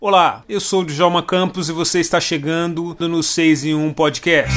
Olá, eu sou o Djalma Campos e você está chegando no 6 em 1 Podcast.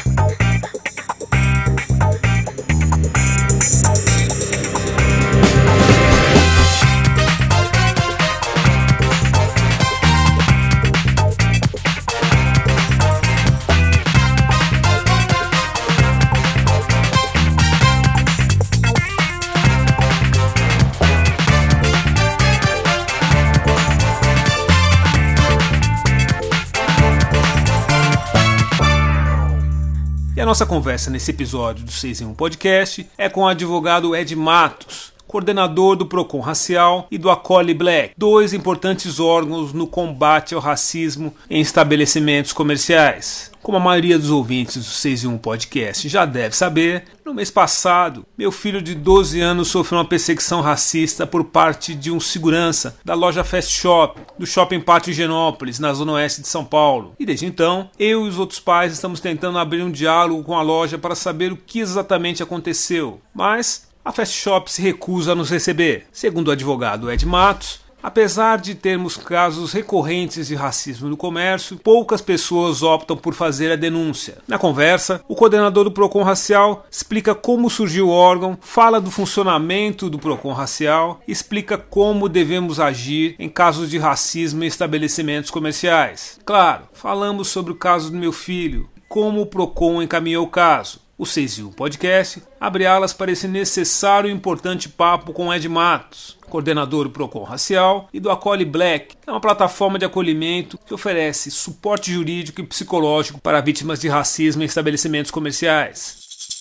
E a nossa conversa nesse episódio do 6 em 1 Podcast é com o advogado Ed Matos, coordenador do Procon Racial e do Acolhe Black, dois importantes órgãos no combate ao racismo em estabelecimentos comerciais. Como a maioria dos ouvintes do 6 em 1 Podcast já deve saber, no mês passado, meu filho de 12 anos sofreu uma perseguição racista por parte de um segurança da loja Fast Shop, do Shopping Pátio Higienópolis, na zona oeste de São Paulo. E desde então, eu e os outros pais estamos tentando abrir um diálogo com a loja para saber o que exatamente aconteceu. Mas a Fast Shop se recusa a nos receber. Segundo o advogado Ed Matos, apesar de termos casos recorrentes de racismo no comércio, poucas pessoas optam por fazer a denúncia. Na conversa, o coordenador do Procon Racial explica como surgiu o órgão, fala do funcionamento do Procon Racial e explica como devemos agir em casos de racismo em estabelecimentos comerciais. Claro, falamos sobre o caso do meu filho, como o Procon encaminhou o caso. O 6 em 1 Podcast abre alas para esse necessário e importante papo com Ed Matos, coordenador do Procon Racial e do Acolhe Black, que é uma plataforma de acolhimento que oferece suporte jurídico e psicológico para vítimas de racismo em estabelecimentos comerciais.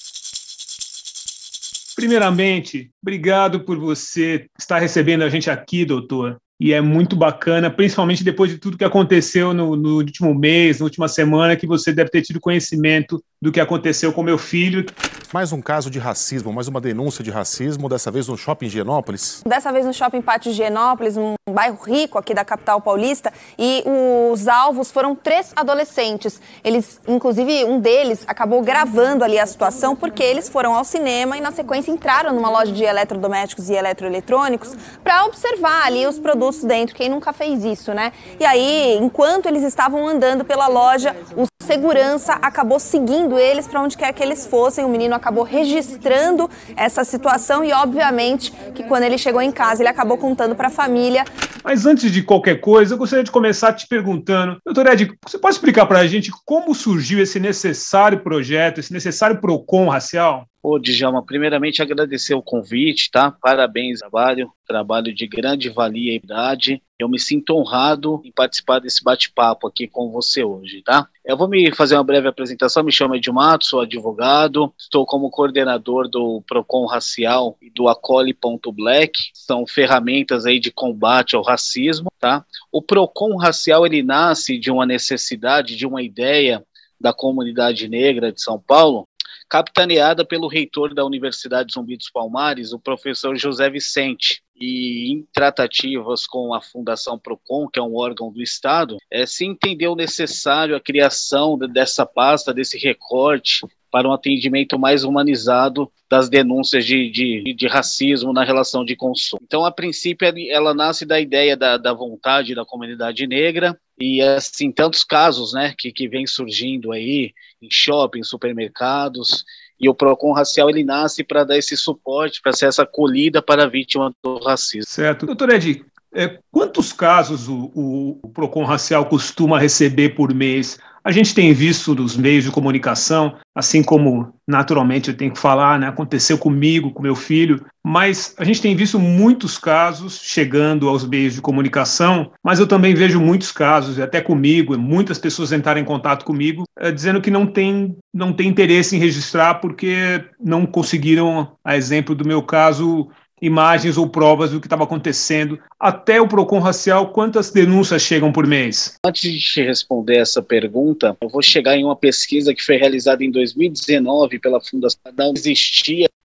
Primeiramente, obrigado por você estar recebendo a gente aqui, doutor. E é muito bacana, principalmente depois de tudo que aconteceu no último mês, na última semana, que você deve ter tido conhecimento do que aconteceu com meu filho. Mais um caso de racismo, mais uma denúncia de racismo, dessa vez no Shopping Higienópolis. Dessa vez no Shopping Pátio Higienópolis, um bairro rico aqui da capital paulista, e os alvos foram 3 adolescentes. Eles, inclusive, um deles acabou gravando ali a situação porque eles foram ao cinema e, na sequência, entraram numa loja de eletrodomésticos e eletroeletrônicos para observar ali os produtos dentro. Quem nunca fez isso, né? E aí, enquanto eles estavam andando pela loja, o segurança acabou seguindo eles para onde quer que eles fossem. O menino acabou registrando essa situação e, obviamente, que quando ele chegou em casa, ele acabou contando para a família. Mas antes de qualquer coisa, eu gostaria de começar te perguntando, doutor Ed, você pode explicar para a gente como surgiu esse necessário projeto, esse necessário Procon Racial? Ô, Djalma, primeiramente agradecer o convite, tá? Parabéns, trabalho de grande valia e idade. Eu me sinto honrado em participar desse bate-papo aqui com você hoje, tá? Eu vou me fazer uma breve apresentação, me chamo Ed Matos, sou advogado, estou como coordenador do Procon Racial e do Acolhe.Black, são ferramentas aí de combate ao racismo, tá? O Procon Racial, ele nasce de uma necessidade, de uma ideia da comunidade negra de São Paulo, capitaneada pelo reitor da Universidade Zumbi dos Palmares, o professor José Vicente, e em tratativas com a Fundação Procon, que é um órgão do Estado, se entendeu necessário a criação dessa pasta, desse recorte, para um atendimento mais humanizado das denúncias de racismo na relação de consumo. Então, a princípio, ela nasce da ideia da vontade da comunidade negra, e assim, tantos casos, né, que vem surgindo aí em shopping, supermercados, e o Procon Racial, ele nasce para dar esse suporte, para ser essa acolhida para a vítima do racismo. Certo. Doutor Ed, quantos casos o Procon Racial costuma receber por mês? A gente tem visto nos meios de comunicação, assim como naturalmente eu tenho que falar, né, aconteceu comigo, com meu filho, mas a gente tem visto muitos casos chegando aos meios de comunicação, mas eu também vejo muitos casos, até comigo, muitas pessoas entraram em contato comigo, dizendo que não tem interesse em registrar porque não conseguiram, a exemplo do meu caso, imagens ou provas do que estava acontecendo. Até o Procon Racial, quantas denúncias chegam por mês? Antes de te responder essa pergunta, eu vou chegar em uma pesquisa que foi realizada em 2019 pela Fundação. Não existia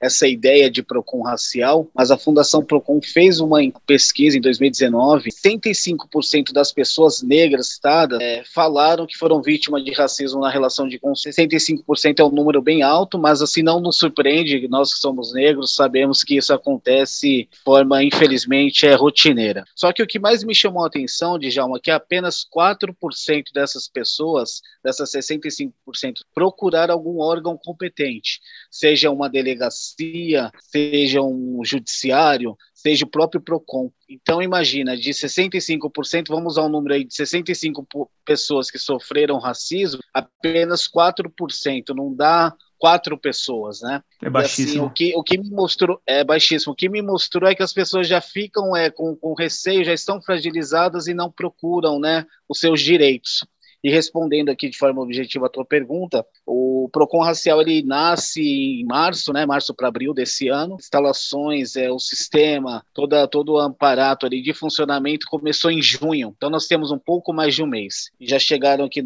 essa ideia de PROCON racial, mas a Fundação PROCON fez uma pesquisa em 2019, 65% das pessoas negras citadas falaram que foram vítimas de racismo na relação de consumo. 65% é um número bem alto, mas assim não nos surpreende, nós que somos negros sabemos que isso acontece de forma, infelizmente, rotineira. Só que o que mais me chamou a atenção, Djalma, é que apenas 4% dessas pessoas, dessas 65%, procuraram algum órgão competente, seja uma delegacia, seja um judiciário, seja o próprio PROCON. Então, imagina, de 65%, vamos usar um número aí de 65 pessoas que sofreram racismo, apenas 4%, não dá 4 pessoas, né? É baixíssimo. E, assim, o que me mostrou é baixíssimo. O que me mostrou é que as pessoas já ficam com receio, já estão fragilizadas e não procuram, né, os seus direitos. E respondendo aqui de forma objetiva a tua pergunta, o PROCON racial ele nasce em março, né, março para abril desse ano. Instalações, o sistema, todo o aparato ali de funcionamento começou em junho. Então nós temos um pouco mais de um mês. E já chegaram aqui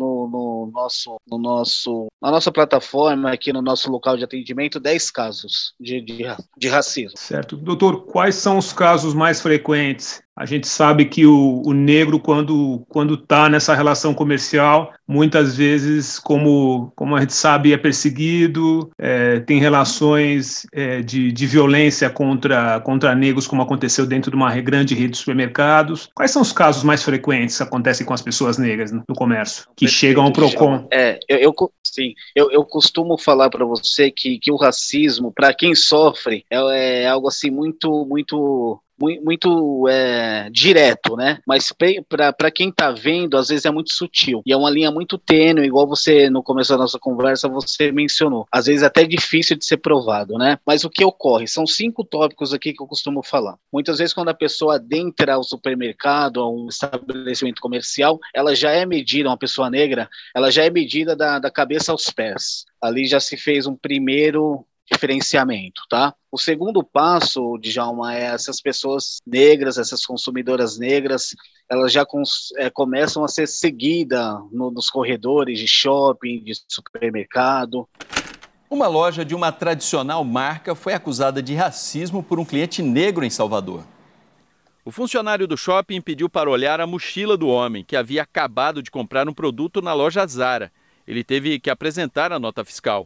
na nossa plataforma, aqui no nosso local de atendimento, 10 casos de racismo. Certo. Doutor, quais são os casos mais frequentes? A gente sabe que o negro, quando está nessa relação comercial, muitas vezes, como a gente sabe, é perseguido, tem relações de violência contra negros, como aconteceu dentro de uma grande rede de supermercados. Quais são os casos mais frequentes que acontecem com as pessoas negras no comércio, que chegam ao PROCON? Eu costumo falar para você que o racismo, para quem sofre, é algo assim muito direto, né? Mas para quem tá vendo, às vezes é muito sutil. E é uma linha muito tênue, igual você, no começo da nossa conversa, você mencionou. Às vezes até difícil de ser provado, né? Mas o que ocorre? São 5 tópicos aqui que eu costumo falar. Muitas vezes, quando a pessoa adentra ao supermercado, a um estabelecimento comercial, ela já é medida, uma pessoa negra, ela já é medida da cabeça aos pés. Ali já se fez um primeiro diferenciamento, tá? O segundo passo, Djalma, é essas pessoas negras, essas consumidoras negras, elas já começam a ser seguidas nos corredores de shopping, de supermercado. Uma loja de uma tradicional marca foi acusada de racismo por um cliente negro em Salvador. O funcionário do shopping pediu para olhar a mochila do homem, que havia acabado de comprar um produto na loja Zara. Ele teve que apresentar a nota fiscal.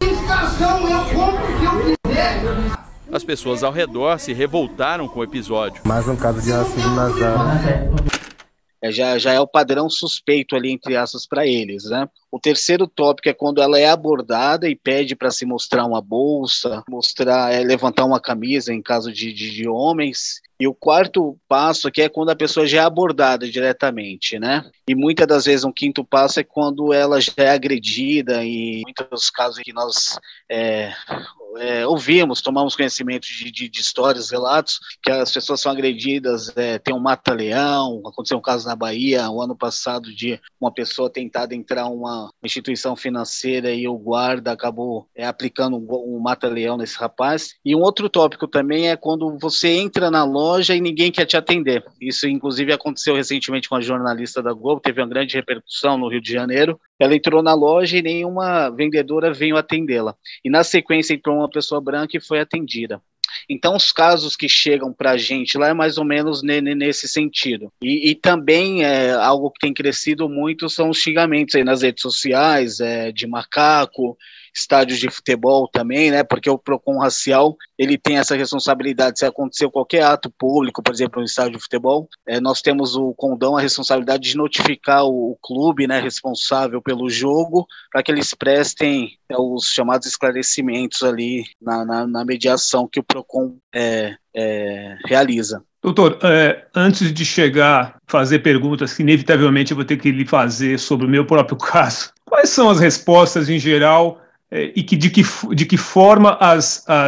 As pessoas ao redor se revoltaram com o episódio. Mais um caso de racismo na Zara. Já é o padrão suspeito ali, entre aspas, para eles, né? O terceiro tópico é quando ela é abordada e pede para se mostrar uma bolsa, levantar uma camisa em caso de homens. E o quarto passo aqui é quando a pessoa já é abordada diretamente, né? E muitas das vezes um quinto passo é quando ela já é agredida, e muitos casos que nós ouvimos, tomamos conhecimento de histórias, relatos, que as pessoas são agredidas, tem um mata-leão. Aconteceu um caso na Bahia, o ano passado, de uma pessoa tentar entrar uma instituição financeira e o guarda acabou aplicando um mata-leão nesse rapaz. E um outro tópico também é quando você entra na loja e ninguém quer te atender. Isso, inclusive, aconteceu recentemente com a jornalista da Globo, teve uma grande repercussão no Rio de Janeiro. Ela entrou na loja e nenhuma vendedora veio atendê-la. E, na sequência, entrou uma pessoa branca e foi atendida. Então, os casos que chegam para a gente lá é mais ou menos nesse sentido. E também algo que tem crescido muito são os xingamentos aí nas redes sociais, de macaco, estádios de futebol também, né? Porque o PROCON racial, ele tem essa responsabilidade. Se aconteceu qualquer ato público, por exemplo, no estádio de futebol, nós temos o CONDão, a responsabilidade de notificar o clube, né, responsável pelo jogo, para que eles prestem os chamados esclarecimentos ali na mediação que o PROCON realiza. Doutor, antes de chegar a fazer perguntas que inevitavelmente eu vou ter que lhe fazer sobre o meu próprio caso, quais são as respostas em geral e de que forma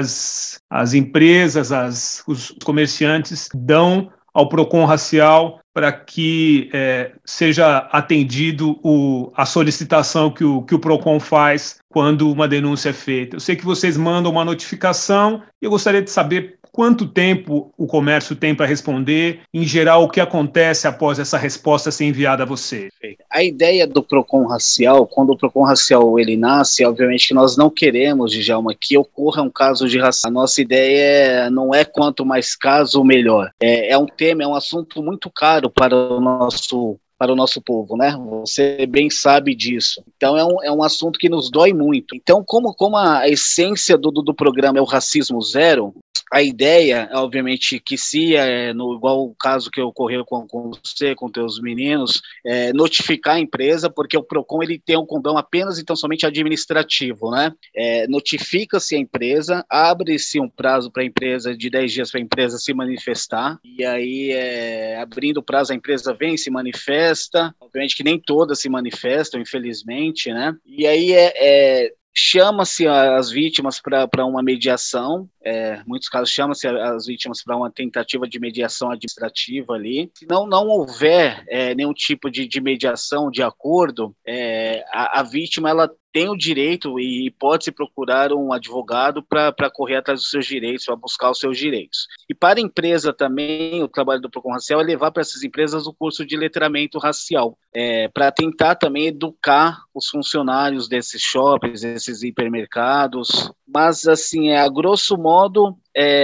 as empresas, os comerciantes dão ao PROCON racial para que seja atendido a solicitação que o PROCON faz quando uma denúncia é feita? Eu sei que vocês mandam uma notificação e eu gostaria de saber quanto tempo o comércio tem para responder, em geral, o que acontece após essa resposta ser enviada a você. A ideia do PROCON racial, quando o PROCON racial ele nasce, obviamente que nós não queremos, Djalma, que ocorra um caso de racismo. A nossa ideia não é quanto mais caso, melhor. É um tema, é um assunto muito caro para o nosso povo, né? Você bem sabe disso. Então é um assunto que nos dói muito. Então, como a essência do programa é o racismo zero, a ideia, obviamente, que se, igual o caso que ocorreu com você, com teus meninos, notificar a empresa, porque o PROCON ele tem um condão apenas e tão somente administrativo, né? Notifica-se a empresa, abre-se um prazo para a empresa de 10 dias para a empresa se manifestar, e aí, abrindo o prazo, a empresa vem, se manifesta, obviamente que nem todas se manifestam, infelizmente, né? E aí chama-se as vítimas para uma mediação, em muitos casos chama-se as vítimas para uma tentativa de mediação administrativa ali. Se não houver nenhum tipo de mediação, de acordo, a vítima ela tem o direito e pode se procurar um advogado para correr atrás dos seus direitos, para buscar os seus direitos. E para a empresa também, o trabalho do PROCON racial é levar para essas empresas o curso de letramento racial, para tentar também educar os funcionários desses shoppings, desses hipermercados. Mas, assim, a grosso modo,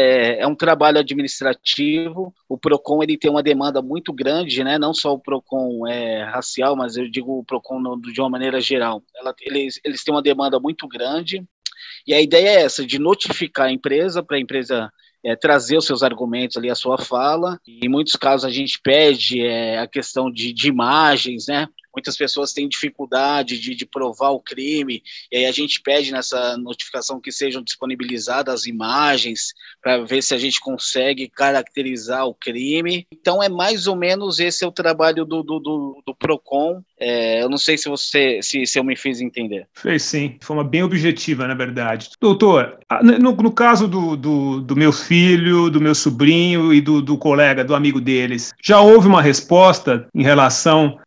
é um trabalho administrativo. O PROCON ele tem uma demanda muito grande, né? Não só o PROCON racial, mas eu digo o PROCON de uma maneira geral. Eles têm uma demanda muito grande, e a ideia é essa, de notificar a empresa, para a empresa trazer os seus argumentos ali, a sua fala. E em muitos casos a gente pede a questão de imagens, né? Muitas pessoas têm dificuldade de provar o crime, e aí a gente pede nessa notificação que sejam disponibilizadas as imagens para ver se a gente consegue caracterizar o crime. Então é mais ou menos esse é o trabalho do PROCON. Eu não sei se eu me fiz entender. Fez sim, de forma bem objetiva, na verdade. Doutor, no caso do meu filho, do meu sobrinho e do colega, do amigo deles, já houve uma resposta em relação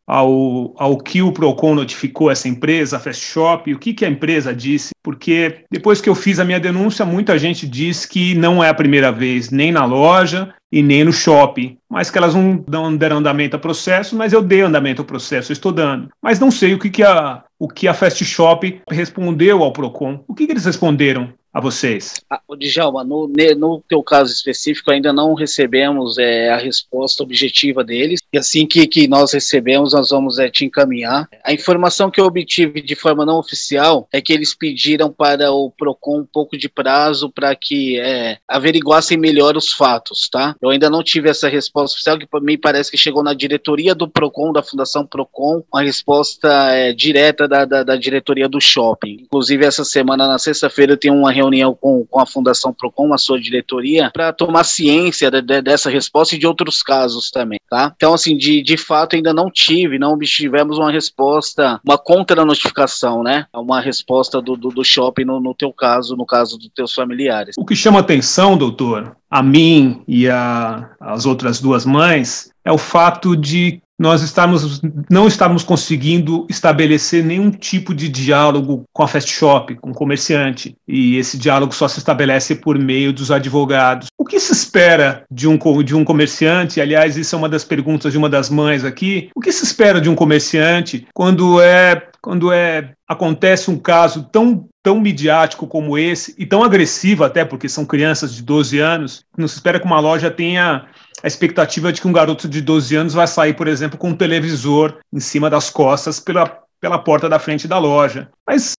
ao que o PROCON notificou essa empresa, a Fast Shop? O que a empresa disse? Porque depois que eu fiz a minha denúncia, muita gente disse que não é a primeira vez, nem na loja e nem no shopping, mas que elas não deram andamento ao processo, mas eu dei andamento ao processo, eu estou dando. Mas não sei o que a Fast Shop respondeu ao PROCON. O que eles responderam a vocês? Djalma, no teu caso específico, ainda não recebemos a resposta objetiva deles, e assim que nós recebemos, nós vamos te encaminhar. A informação que eu obtive de forma não oficial é que eles pediram para o PROCON um pouco de prazo para que averiguassem melhor os fatos, tá? Eu ainda não tive essa resposta oficial, que me parece que chegou na diretoria do PROCON, da Fundação PROCON, uma resposta direta da diretoria do shopping. Inclusive, essa semana, na sexta-feira, eu tenho uma reunião com a Fundação PROCON, a sua diretoria, para tomar ciência dessa resposta e de outros casos também, tá? Então, assim, de fato, ainda não obtivemos uma resposta, uma contra-notificação, né? Uma resposta do shopping no teu caso, no caso dos teus familiares. O que chama atenção, doutor, a mim e as outras duas mães, é o fato de nós não estávamos conseguindo estabelecer nenhum tipo de diálogo com a Fast Shop, com o comerciante, e esse diálogo só se estabelece por meio dos advogados. O que se espera de um comerciante? Aliás, isso é uma das perguntas de uma das mães aqui. O que se espera de um comerciante quando acontece um caso tão midiático como esse, e tão agressivo até, porque são crianças de 12 anos, não se espera que uma loja tenha a expectativa de que um garoto de 12 anos vai sair, por exemplo, com um televisor em cima das costas pela porta da frente da loja. Mas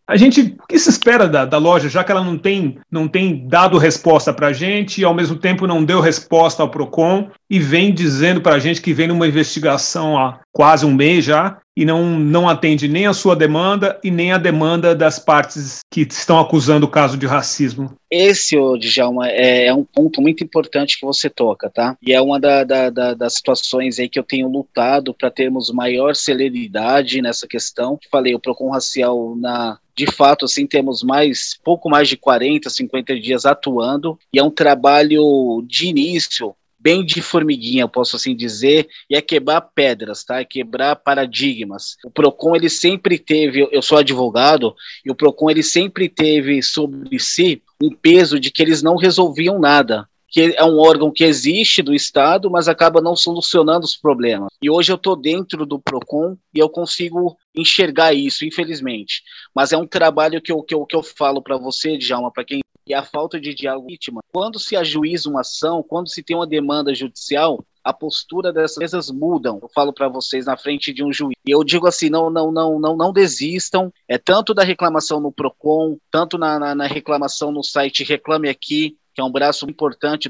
o que se espera da loja, já que ela não tem dado resposta para a gente e, ao mesmo tempo, não deu resposta ao PROCON e vem dizendo para a gente que vem numa investigação há quase um mês já e não atende nem a sua demanda e nem a demanda das partes que estão acusando o caso de racismo. Esse, Djalma, é um ponto muito importante que você toca, tá? E é uma das situações aí que eu tenho lutado para termos maior celeridade nessa questão. Falei, o PROCON racial, de fato, assim, temos pouco mais de 40, 50 dias atuando, e é um trabalho de início bem de formiguinha, eu posso assim dizer, e é quebrar pedras, tá? É quebrar paradigmas. O PROCON, ele sempre teve, eu sou advogado, e o PROCON, ele sempre teve sobre si um peso de que eles não resolviam nada, que é um órgão que existe do Estado, mas acaba não solucionando os problemas. E hoje eu estou dentro do PROCON e eu consigo enxergar isso, infelizmente. Mas é um trabalho que eu falo para você, Djalma, para quem é a falta de diálogo vítima. Quando se ajuiza uma ação, quando se tem uma demanda judicial, a postura dessas empresas mudam. Eu falo para vocês na frente de um juiz. E eu digo assim, não desistam. É tanto da reclamação no PROCON, tanto na reclamação no site Reclame Aqui, que é um braço importante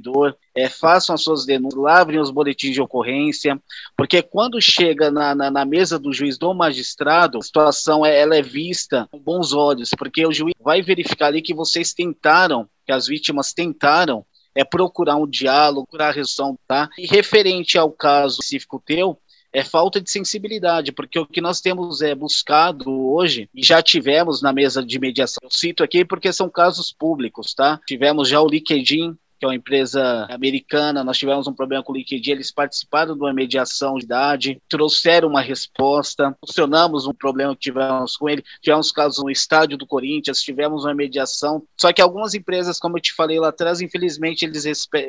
façam as suas denúncias, lavrem os boletins de ocorrência, porque quando chega na mesa do juiz, do magistrado, a situação ela é vista com bons olhos, porque o juiz vai verificar ali que vocês tentaram, que as vítimas tentaram, procurar um diálogo, procurar a resolução, tá? E referente ao caso específico teu, é falta de sensibilidade, porque o que nós temos buscado hoje, e já tivemos na mesa de mediação, eu cito aqui porque são casos públicos, tá? Tivemos já o LinkedIn, que é uma empresa americana, nós tivemos um problema com o LinkedIn, eles participaram de uma mediação de idade, trouxeram uma resposta, solucionamos um problema que tivemos com ele, tivemos casos no estádio do Corinthians, tivemos uma mediação, só que algumas empresas, como eu te falei lá atrás, infelizmente eles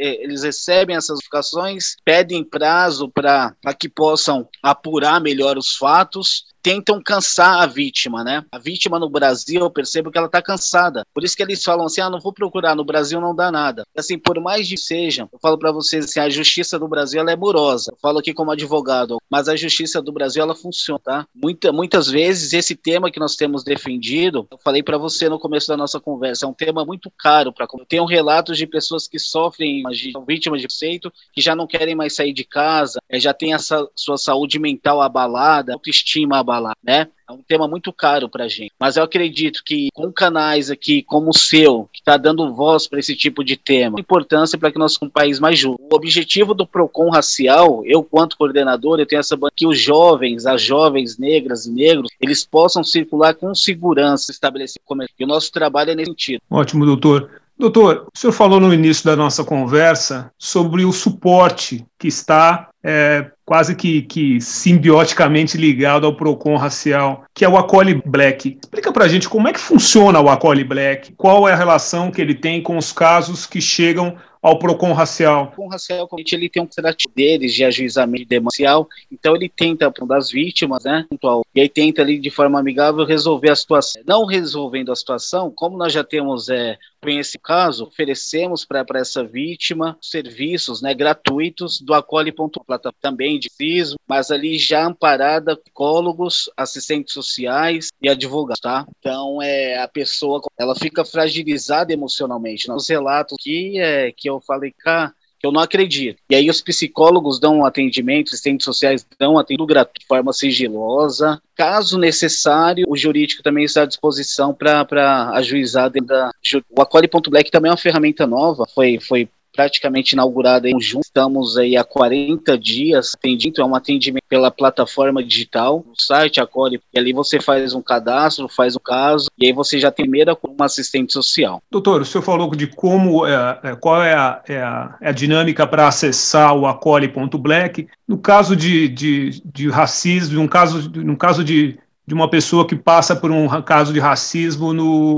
recebem essas notificações, pedem prazo para que possam apurar melhor os fatos, tentam cansar a vítima, né? A vítima no Brasil, eu percebo que ela está cansada. Por isso que eles falam assim, não vou procurar, no Brasil não dá nada. Assim, por mais que seja, eu falo para vocês assim, a justiça do Brasil, ela é morosa. Eu falo aqui como advogado, mas a justiça do Brasil, ela funciona, tá? Muitas vezes, esse tema que nós temos defendido, eu falei para você no começo da nossa conversa, é um tema muito caro. Eu tenho relatos de pessoas que sofrem, são vítimas de preconceito, que já não querem mais sair de casa, já tem essa sua saúde mental abalada, autoestima abalada, né? É um tema muito caro pra gente, mas eu acredito que com canais aqui como o seu, que está dando voz para esse tipo de tema, importância para que nós somos um país mais justo. O objetivo do PROCON racial, eu quanto coordenador, eu tenho essa banca que os jovens, as jovens negras e negros, eles possam circular com segurança, estabelecer comércio. E o nosso trabalho é nesse sentido. Ótimo, doutor. Doutor, o senhor falou no início da nossa conversa sobre o suporte que está quase que simbioticamente ligado ao PROCON racial, que é o Acolhe Black. Explica pra gente como é que funciona o Acolhe Black, qual é a relação que ele tem com os casos que chegam ao PROCON racial. O PROCON racial, ele tem um tratamento deles de ajuizamento demandacial, então ele tenta, das vítimas, né, e aí tenta ali de forma amigável resolver a situação. Não resolvendo a situação, como nós já temos esse caso, oferecemos para essa vítima serviços, né, gratuitos do Acolhe.plataforma também de racismo, mas ali já amparada psicólogos, assistentes sociais e advogados, tá? Então a pessoa ela fica fragilizada emocionalmente. Nos relatos que eu falei, que eu não acredito. E aí os psicólogos dão um atendimento, assistentes sociais dão um atendimento gratuito, de forma sigilosa. Caso necessário, o jurídico também está à disposição para ajuizar dentro da... O Acolhe.black também é uma ferramenta nova, foi praticamente inaugurada em junho, estamos aí há 40 dias atendendo, é um atendimento pela plataforma digital, no site Acolhe, e ali você faz um cadastro, faz um caso, e aí você já tem primeira como assistente social. Doutor, o senhor falou de como, qual é a dinâmica para acessar o Acolhe.black, no caso de racismo, no caso de uma pessoa que passa por um caso de racismo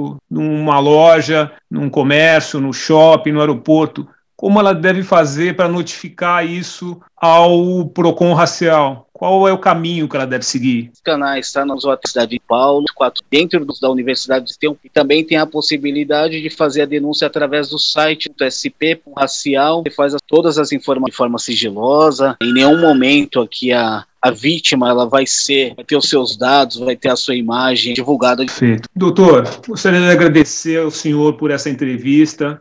numa loja, num comércio, no shopping, no aeroporto, como ela deve fazer para notificar isso ao PROCON racial? Qual é o caminho que ela deve seguir? Os canais estão na Universidade de Paulo, dentro da Universidade de Estão, e também tem a possibilidade de fazer a denúncia através do site do SP racial, que faz todas as informações de forma sigilosa. Em nenhum momento aqui a vítima ela vai ter os seus dados, vai ter a sua imagem divulgada. Perfeito. Doutor, gostaria de agradecer ao senhor por essa entrevista.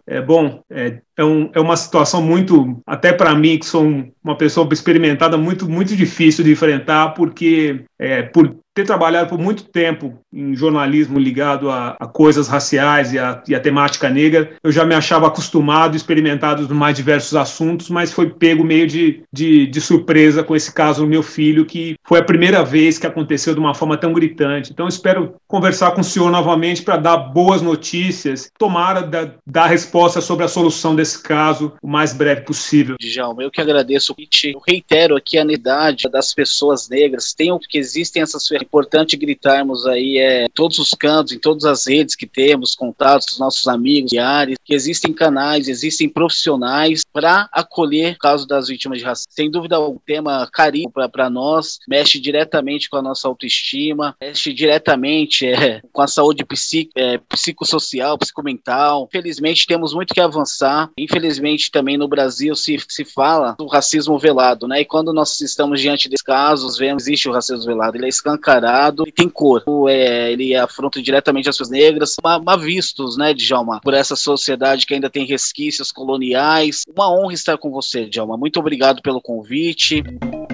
É uma situação muito, até para mim, que sou uma pessoa experimentada, muito, muito difícil de enfrentar, porque por ter trabalhado por muito tempo em jornalismo ligado a coisas raciais e a temática negra, eu já me achava acostumado, experimentado nos mais diversos assuntos, mas foi pego meio de surpresa com esse caso do meu filho, que foi a primeira vez que aconteceu de uma forma tão gritante. Então, espero conversar com o senhor novamente para dar boas notícias, tomara dar resposta sobre a solução desse caso o mais breve possível. Djalma, eu que agradeço o convite. Eu reitero aqui a necessidade das pessoas negras, que existem essas ferramentas. É importante gritarmos aí em todos os cantos, em todas as redes que temos, contatos dos nossos amigos, diários, que existem canais, existem profissionais para acolher o caso das vítimas de racismo. Sem dúvida, o tema carinho para nós mexe diretamente com a nossa autoestima, mexe diretamente com a saúde psicossocial, psicomental. Infelizmente, temos muito que avançar. Infelizmente, também no Brasil se fala do racismo velado, né? E quando nós estamos diante desses casos, vemos que existe o racismo velado. Ele é escancarado e tem cor. Ele afronta diretamente as pessoas negras, mal vistos, né, Djalma, por essa sociedade que ainda tem resquícios coloniais. Uma honra estar com você, Djalma. Muito obrigado pelo convite.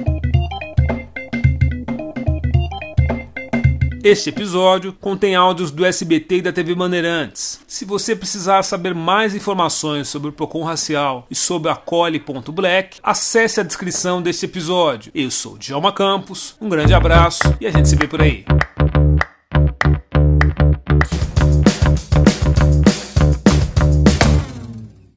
Este episódio contém áudios do SBT e da TV Bandeirantes. Se você precisar saber mais informações sobre o Procon Racial e sobre a Acolhe.Black, acesse a descrição deste episódio. Eu sou Djalma Campos, um grande abraço e a gente se vê por aí.